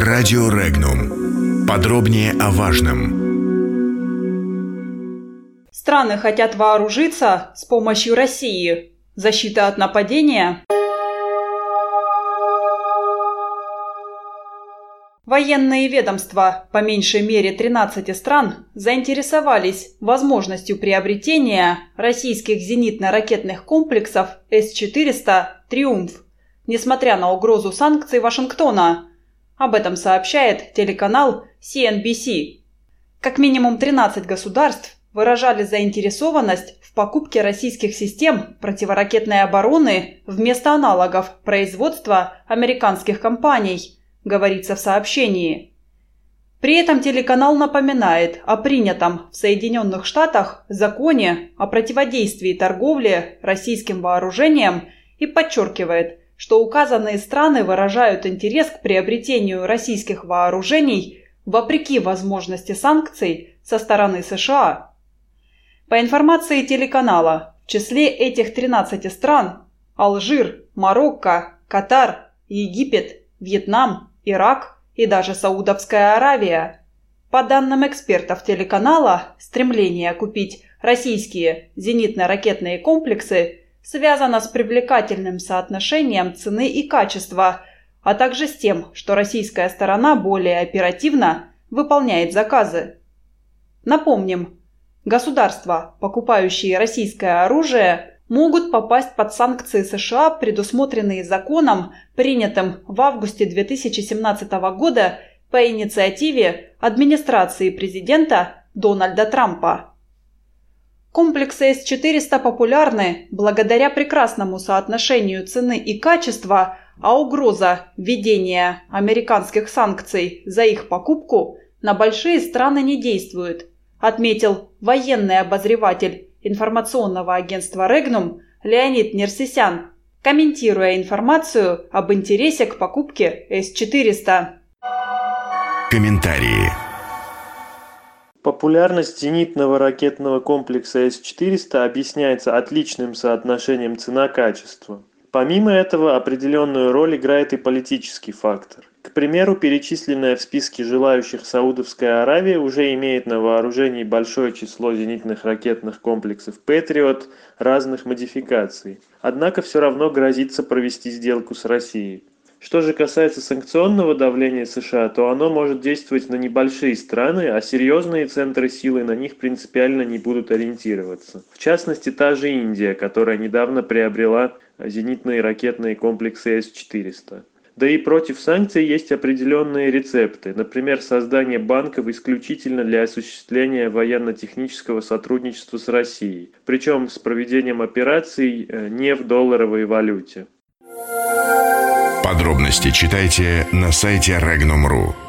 Радио Регнум. Подробнее о важном. Страны хотят вооружиться с помощью России. Защита от нападения. Военные ведомства по меньшей мере 13 стран заинтересовались возможностью приобретения российских зенитно-ракетных комплексов С-400 «Триумф», несмотря на угрозу санкций Вашингтона. Об этом сообщает телеканал CNBC. Как минимум 13 государств выражали заинтересованность в покупке российских систем противоракетной обороны вместо аналогов производства американских компаний, говорится в сообщении. При этом телеканал напоминает о принятом в Соединенных Штатах законе о противодействии торговле российским вооружением и подчеркивает, что указанные страны выражают интерес к приобретению российских вооружений вопреки возможности санкций со стороны США. По информации телеканала, в числе этих 13 стран Алжир, Марокко, Катар, Египет, Вьетнам, Ирак и даже Саудовская Аравия. По данным экспертов телеканала, стремление купить российские зенитно-ракетные комплексы связано с привлекательным соотношением цены и качества, а также с тем, что российская сторона более оперативно выполняет заказы. Напомним, государства, покупающие российское оружие, могут попасть под санкции США, предусмотренные законом, принятым в августе 2017 года по инициативе администрации президента Дональда Трампа. Комплексы С-400 популярны благодаря прекрасному соотношению цены и качества, а угроза введения американских санкций за их покупку на большие страны не действует, отметил военный обозреватель информационного агентства Регнум Леонид Нерсисян, комментируя информацию об интересе к покупке С-400. Комментарии. Популярность зенитного ракетного комплекса С-400 объясняется отличным соотношением цена-качество. Помимо этого, определенную роль играет и политический фактор. К примеру, перечисленная в списке желающих Саудовская Аравия уже имеет на вооружении большое число зенитных ракетных комплексов «Патриот» разных модификаций. Однако все равно грозится провести сделку с Россией. Что же касается санкционного давления США, то оно может действовать на небольшие страны, а серьезные центры силы на них принципиально не будут ориентироваться. В частности, та же Индия, которая недавно приобрела зенитные ракетные комплексы С-400. Да и против санкций есть определенные рецепты, например, создание банков исключительно для осуществления военно-технического сотрудничества с Россией, причем с проведением операций не в долларовой валюте. Подробности читайте на сайте Regnum.ru.